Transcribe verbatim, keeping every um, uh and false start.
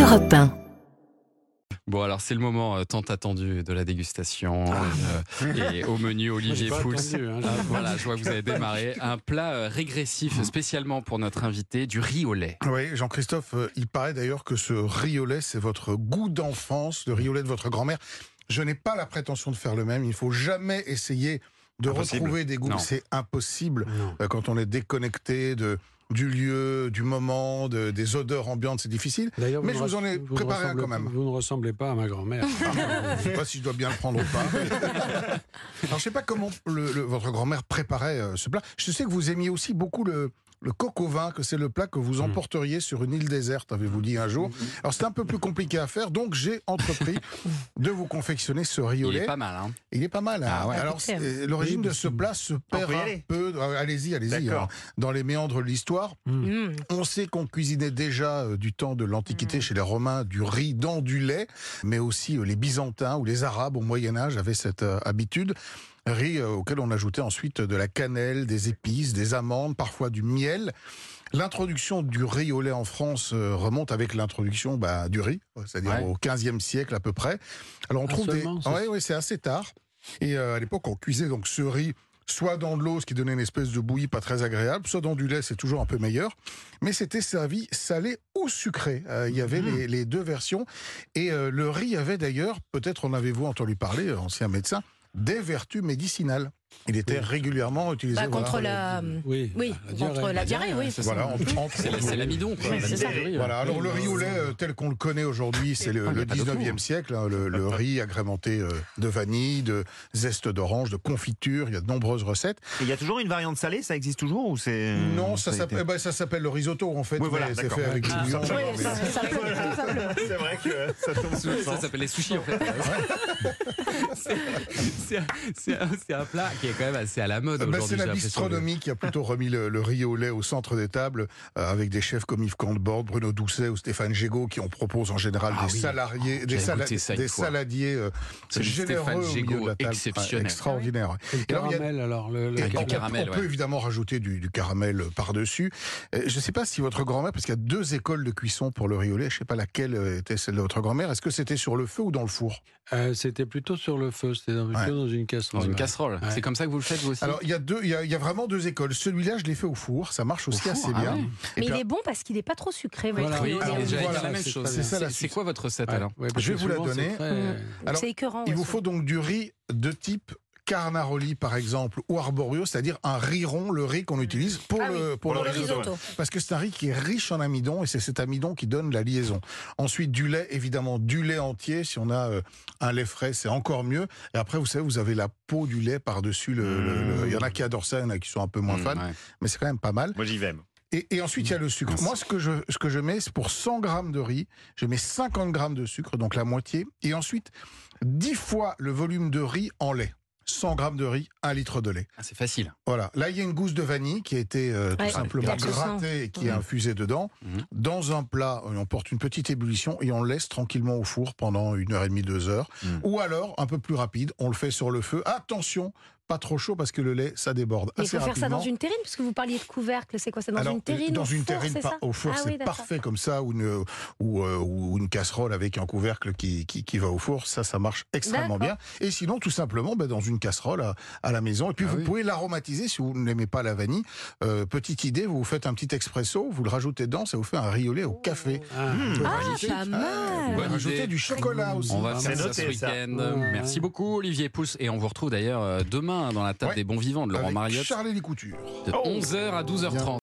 Europe un. Bon, alors c'est le moment euh, tant attendu de la dégustation. euh, et au menu, Olivier Pouls. Hein, Ah, voilà, je vois que vous avez démarré. Un plat euh, régressif spécialement pour notre invité, du riz au lait. Oui, Jean-Christophe, euh, il paraît d'ailleurs que ce riz au lait, c'est votre goût d'enfance, le riz au lait de votre grand-mère. Je n'ai pas la prétention de faire le même. Il ne faut jamais essayer de Impossible. retrouver des goûts. Non. C'est impossible Non. euh, quand on est déconnecté de, du lieu, du moment, de, des odeurs ambiantes, c'est difficile. D'ailleurs, Mais vous je ne vous en ai res- vous ne préparé un ressemblez- quand même. Vous ne ressemblez pas à ma grand-mère. Je ne sais pas si je dois bien le prendre ou pas. Alors, je ne sais pas comment le- le- votre grand-mère préparait euh, ce plat. Je sais que vous aimiez aussi beaucoup le, le coq au vin, que c'est le plat que vous emporteriez sur une île déserte, avez-vous dit un jour. Alors, c'est un peu plus compliqué à faire, donc j'ai entrepris de vous confectionner ce riz au Il lait. est pas mal, hein. Il est pas mal. Hein. Ah ouais. Alors, Écoutez, c'est- l'origine oui, de ce plat se perd peut y un aller. peu. euh, Allez-y, allez-y. D'accord. hein. Dans les méandres de l'histoire, Mmh. on sait qu'on cuisinait déjà euh, du temps de l'Antiquité chez les Romains du riz dans du lait, mais aussi euh, les Byzantins ou les Arabes au Moyen-Âge avaient cette euh, habitude. Riz euh, auquel on ajoutait ensuite de la cannelle, des épices, des amandes, parfois du miel. L'introduction du riz au lait en France euh, remonte avec l'introduction bah, du riz, c'est-à-dire Ouais. au quinzième siècle à peu près. Alors on Ah, trouve des... seulement, c'est- Ouais, ouais, c'est assez tard. Et euh, à l'époque, on cuisait donc ce riz soit dans de l'eau, ce qui donnait une espèce de bouillie pas très agréable, soit dans du lait, c'est toujours un peu meilleur. Mais c'était servi salé ou sucré. Euh, il y avait les, les deux versions. Et euh, le riz avait d'ailleurs, peut-être en avez-vous entendu parler, euh, ancien médecin, des vertus médicinales. Il était Oui. régulièrement utilisé. Bah, contre voilà. la. Oui, Oui, contre la diarrhée, oui. c'est Voilà, ça. entre- entre- C'est la- c'est l'amidon, quoi. Oui, La c'est ça. misère du riz, Voilà, ouais. alors le riz au lait euh, tel qu'on le connaît aujourd'hui, c'est le, Ah, il y a le pas d'autre dix-neuvième mot. siècle, hein, le, le riz agrémenté euh, de vanille, de zeste d'orange, de confiture, il y a de nombreuses recettes. Et il y a toujours une variante salée, ça existe toujours ou c'est non, ça a s'appelle été- eh ben, ça s'appelle le risotto en fait, Oui, voilà, mais c'est d'accord. fait avec du Ah, bouillon. ça- Oui, mais- ça, ça peut, tout simplement. C'est vrai que ça tombe sous le Ça sens. s'appelle les sushis en fait. C'est- c'est un- c'est un, c'est un plat qui est quand même assez à la mode Ben, aujourd'hui. c'est la j'ai l'impression de- bistronomie qui a plutôt remis le, le riz au lait au centre des tables, euh, avec des chefs comme Yves Cantebord, Bruno Doucet ou Stéphane Gégaud qui en proposent en général Ah des oui. salariés, des, J'avais sala- goûté ça une des fois. saladiers euh, Celui de généreux Stéphane au milieu Gégaud, de la table. exceptionnel. Extraordinaire. Et le Et alors, il y a- caramel, alors, le, le Et Avec on, du on- caramel, on peut ouais. évidemment rajouter du, du caramel par-dessus. Euh, Je ne sais pas si votre grand-mère, parce qu'il y a deux écoles de cuisson pour le riz au lait, je ne sais pas laquelle euh, était celle de votre grand-mère, est-ce que c'était sur le feu ou dans le four? Euh, c'était plutôt sur le feu, c'était dans, plutôt Ouais. dans une casserole. Dans une ouais. casserole. Ouais. C'est comme ça que vous le faites vous aussi? Alors, il y, a deux, il, y a, il y a vraiment deux écoles. Celui-là, je l'ai fait au four, ça marche aussi four, assez ah bien. ouais. Et Mais puis, il est bon parce qu'il n'est pas trop sucré. votre Voilà. Oui, riz au lait. alors, j'allais voilà, dire la même c'est chose. très bien. C'est ça, la C'est c'est suite. quoi votre recette Ouais, alors? ouais, parce Je vais que vous la souvent, c'est donner. très- Mmh. Alors, C'est écœurant. il ouais, vous ça. faut donc du riz de type Carnaroli par exemple ou Arborio, c'est-à-dire un riz rond, le riz qu'on utilise pour Ah le oui, pour pour le le risotto. risotto. Parce que c'est un riz qui est riche en amidon et c'est cet amidon qui donne la liaison. Ensuite du lait, évidemment du lait entier. Si on a euh, un lait frais, c'est encore mieux. Et après, vous savez, vous avez la peau du lait par-dessus. Le, le- le- Il y en a qui adorent ça, il y en a qui sont un peu moins Mmh, fans, ouais. mais c'est quand même pas mal. Moi j'y vais. Et, et ensuite, il y a le sucre. Merci. Moi, ce que je, ce que je mets, c'est pour cent grammes de riz, je mets cinquante grammes de sucre, donc la moitié. Et ensuite, dix fois le volume de riz en lait. cent grammes de riz, un litre de lait. Ah, c'est facile. Voilà. Là, il y a une gousse de vanille qui a été euh, tout Ouais, simplement garde le sang. grattée et qui est Mhm. infusée dedans. Mhm. Dans un plat, on porte une petite ébullition et on le laisse tranquillement au four pendant une heure et demie, deux heures. Mhm. Ou alors, un peu plus rapide, on le fait sur le feu. Attention, pas trop chaud parce que le lait, ça déborde Mais il assez faut faire ça dans rapidement. une terrine, parce que vous parliez de couvercle. C'est quoi? C'est dans Alors, une terrine dans au une four, terrine, c'est pas ça au four, Ah c'est oui, d'accord. parfait comme ça, ou une, ou, euh, ou une casserole avec un couvercle qui, qui, qui va au four, ça, ça marche extrêmement bien. D'accord. Et sinon, tout simplement, ben, dans une casserole à, à la maison. Et puis, Ah vous oui. pouvez l'aromatiser si vous n'aimez pas la vanille. Euh, petite idée, vous vous faites un petit expresso, vous le rajoutez dedans, ça vous fait un riz au lait au café. Ah. Vous pouvez Ah, rajouter- pas mal. Vous pouvez Bonne rajouter idée. du chocolat aussi. On va Ah, faire c'est ça noté, ce ça. week-end. Ouais. Merci beaucoup Olivier Pouls. Et on vous retrouve d'ailleurs euh, demain dans la table Ouais. des bons vivants de Laurent Avec Mariotte Charles et les coutures. de Oh. onze heures à douze heures trente.